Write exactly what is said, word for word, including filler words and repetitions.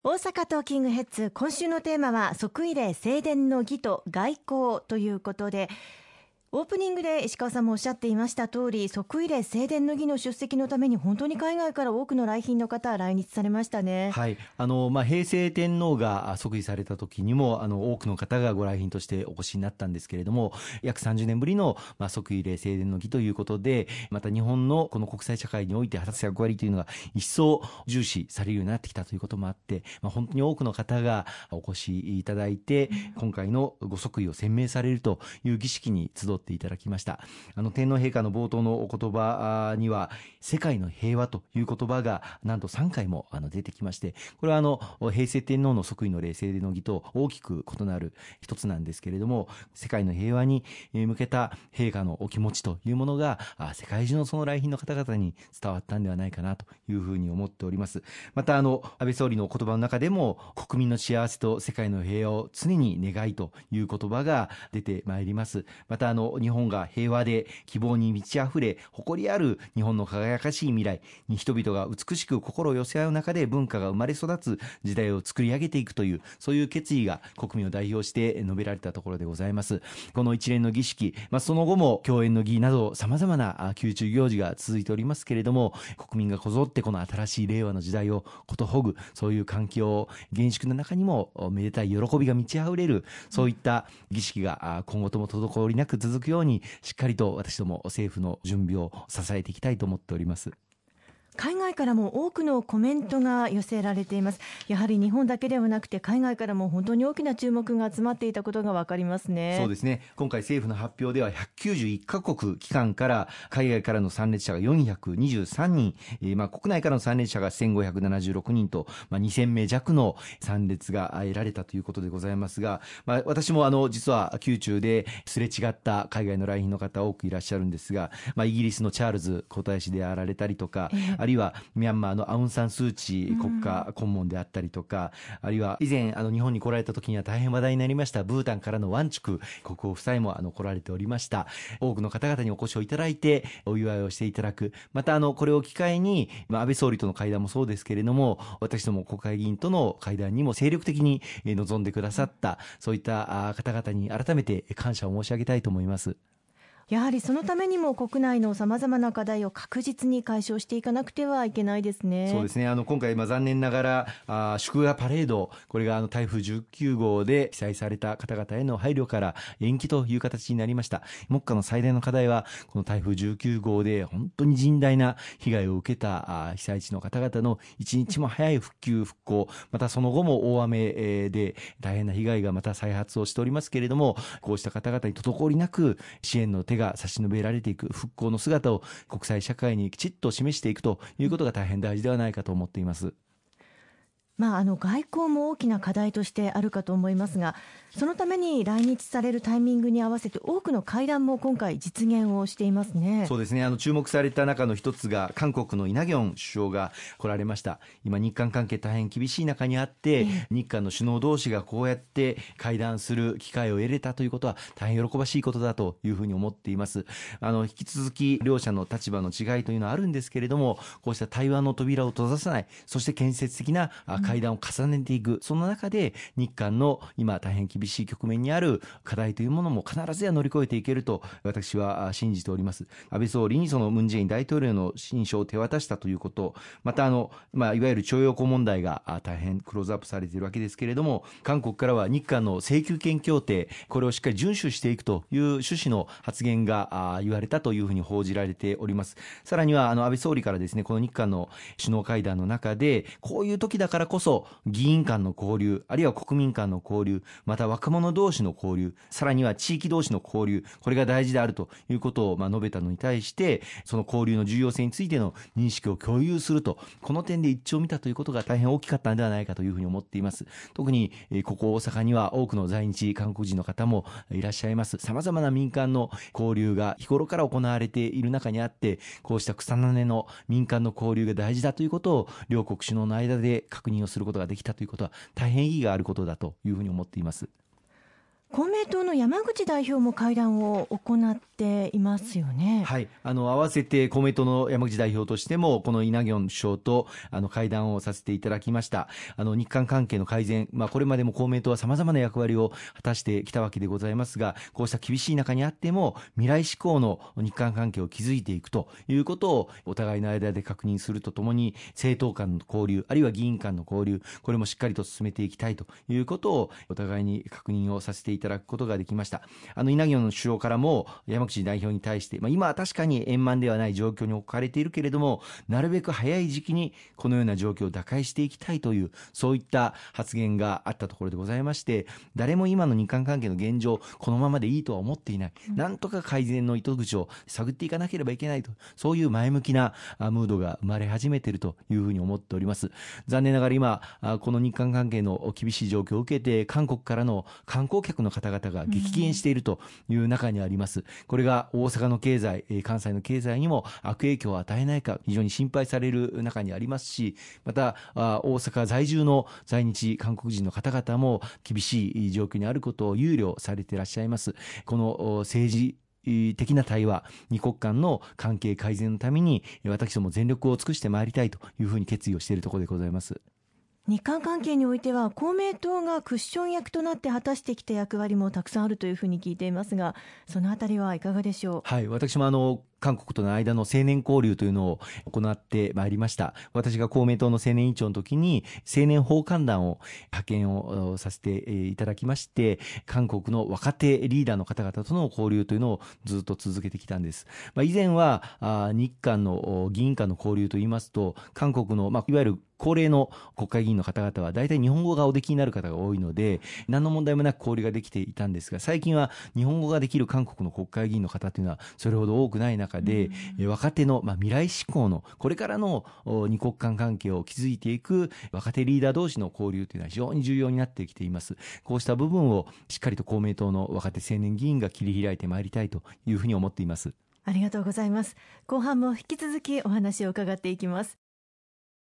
大阪トーキングヘッズ、今週のテーマは即位礼正殿の儀と外交ということで、オープニングで石川さんもおっしゃっていました通り、即位礼正殿の儀の出席のために本当に海外から多くの来賓の方来日されましたね。 はい、あのまあ、平成天皇が即位された時にもあの多くの方がご来賓としてお越しになったんですけれども、約さんじゅうねんぶりの、まあ、即位礼正殿の儀ということで、また日本のこの国際社会において果たす役割というのが一層重視されるようになってきたということもあって、まあ、本当に多くの方がお越しいただいて、今回のご即位を宣明されるという儀式に集っていただきました。あの天皇陛下の冒頭のお言葉には世界の平和という言葉がなんとさんかいもあの出てきまして、これはあの平成天皇の即位の礼正殿の儀と大きく異なる一つなんですけれども、世界の平和に向けた陛下のお気持ちというものが世界中のその来賓の方々に伝わったんではないかなというふうに思っております。またあの安倍総理の言葉の中でも、国民の幸せと世界の平和を常に願いという言葉が出てまいります。またあの日本が平和で希望に満ち溢れ誇りある日本の輝かしい未来に、人々が美しく心を寄せ合う中で文化が生まれ育つ時代を作り上げていくという、そういう決意が国民を代表して述べられたところでございます。この一連の儀式、まあ、その後も共演の儀などさまざまな宮中行事が続いておりますけれども、国民がこぞってこの新しい令和の時代をことほぐ、そういう環境、厳粛な中にもめでたい喜びが満ち溢れる、そういった儀式が今後とも滞りなく続くように、しっかりと私ども政府の準備を支えていきたいと思っております。 海外からも多くのコメントが寄せられています。やはり日本だけではなくて海外からも本当に大きな注目が集まっていたことが分かりますね。 そうですね。今回政府の発表ではひゃくきゅうじゅういっかこく機関から海外からの参列者がよんひゃくにじゅうさんにん、えー、まあ国内からの参列者がせんごひゃくななじゅうろくにんと、まあ、にせんめいじゃくの参列が得られたということでございますが、まあ、私もあの実は宮中ですれ違った海外の来賓の方多くいらっしゃるんですが、まあ、イギリスのチャールズ皇太子であられたりとか、えー、あるいはミャンマーのアウン・サン・スー・チー国家顧問であったりとか、あるいは以前あの日本に来られた時には大変話題になりましたブータンからのワンチュク国王夫妻もあの来られておりました。多くの方々にお越しをいただいてお祝いをしていただく、またあのこれを機会に、まあ、安倍総理との会談もそうですけれども、私ども国会議員との会談にも精力的に臨んでくださった、そういった方々に改めて感謝を申し上げたいと思います。 やはりそのためにも国内のさまざまな課題を確実に解消していかなくてはいけないですね。 そうですね。あの今回、まあ、残念ながらあ祝賀パレード、これがあの台風じゅうきゅうごうで被災された方々への配慮から延期という形になりました。目下の最大の課題はこの台風じゅうきゅうごうで本当に甚大な被害を受けたあ被災地の方々の一日も早い復旧復興、またその後も大雨で大変な被害がまた再発をしておりますけれども、こうした方々に滞りなく支援の手がが差し伸べられていく復興の姿を国際社会にきちっと示していくということが大変大事ではないかと思っています。 まあ、あの外交も大きな課題としてあるかと思いますが、そのために来日されるタイミングに合わせて多くの会談も今回実現をしていますね。 そうですね。あの注目された中の一つが韓国のイ・ナギョン首相が来られました。今日韓関係大変厳しい中にあって、日韓の首脳同士がこうやって会談する機会を得れたということは大変喜ばしいことだというふうに思っています。あの引き続き両者の立場の違いというのはあるんですけれども、こうした対話の扉を閉ざさない、そして建設的な会談を重ねていく、その中で日韓の今大変厳しい局面にある課題というものも必ずや乗り越えていけると私は信じております。安倍総理にそのムン・ジェイン大統領の親書を手渡したということ、またあの、まあ、いわゆる徴用工問題が大変クローズアップされているわけですけれども、韓国からは日韓の請求権協定、これをしっかり遵守していくという趣旨の発言が言われたというふうに報じられております。さらにはあの安倍総理からですね、この日韓の首脳会談の中で、こういう時だからこそ議員間の交流、あるいは国民間の交流、また若者同士の交流、さらには地域同士の交流、これが大事であるということをまあ述べたのに対して、その交流の重要性についての認識を共有すると、この点で一致を見たということが大変大きかったのではないかというふうに思っています。特にここ大阪には多くの在日韓国人の方もいらっしゃいます。さまざまな民間の交流が日頃から行われている中にあって、こうした草の根の民間の交流が大事だということを両国首脳の間で確認をすることができたということは大変意義があることだというふうに思っています。 公明党の山口代表も会談を行っていますよね。 はい、あの合わせて公明党の山口代表としてもこのイ・ナギョン首相とあの会談をさせていただきました。あの日韓関係の改善、まあ、これまでも公明党はさまざまな役割を果たしてきたわけでございますが、こうした厳しい中にあっても未来志向の日韓関係を築いていくということをお互いの間で確認するとともに、政党間の交流あるいは議員間の交流、これもしっかりと進めていきたいということをお互いに確認をさせていただくことができました。あのイ・ナギョン首相からも山口代表に対して、まあ、今は確かに円満ではない状況に置かれているけれども、なるべく早い時期にこのような状況を打開していきたいという、そういった発言があったところでございまして、誰も今の日韓関係の現状このままでいいとは思っていない、うん、なんとか改善の糸口を探っていかなければいけないと、そういう前向きなムードが生まれ始めているというふうに思っております。残念ながら今この日韓関係の厳しい状況を受けて、韓国からの観光客の方々が激減しているという中にあります。これが大阪の経済、関西の経済にも悪影響を与えないか非常に心配される中にありますし、また大阪在住の在日韓国人の方々も厳しい状況にあることを憂慮されていらっしゃいます。この政治的な対話、二国間の関係改善のために私ども全力を尽くしてまいりたいというふうに決意をしているところでございます。 日韓関係においては公明党がクッション役となって果たしてきた役割もたくさんあるというふうに聞いていますが、そのあたりはいかがでしょう。 はい、私もあの韓国との間の青年交流というのを行ってまいりました。私が公明党の青年委員長の時に青年訪韓団を派遣をさせていただきまして、韓国の若手リーダーの方々との交流というのをずっと続けてきたんです。まあ、以前は日韓の議員間の交流といいますと、韓国の、まあ、いわゆる高齢の国会議員の方々は大体日本語がおできになる方が多いので、何の問題もなく交流ができていたんですが、最近は日本語ができる韓国の国会議員の方というのはそれほど多くない中で、うん、若手の、まあ、未来志向のこれからの二国間関係を築いていく若手リーダー同士の交流というのは非常に重要になってきています。こうした部分をしっかりと公明党の若手青年議員が切り開いてまいりたいというふうに思っています。 ありがとうございます。後半も引き続きお話を伺っていきます。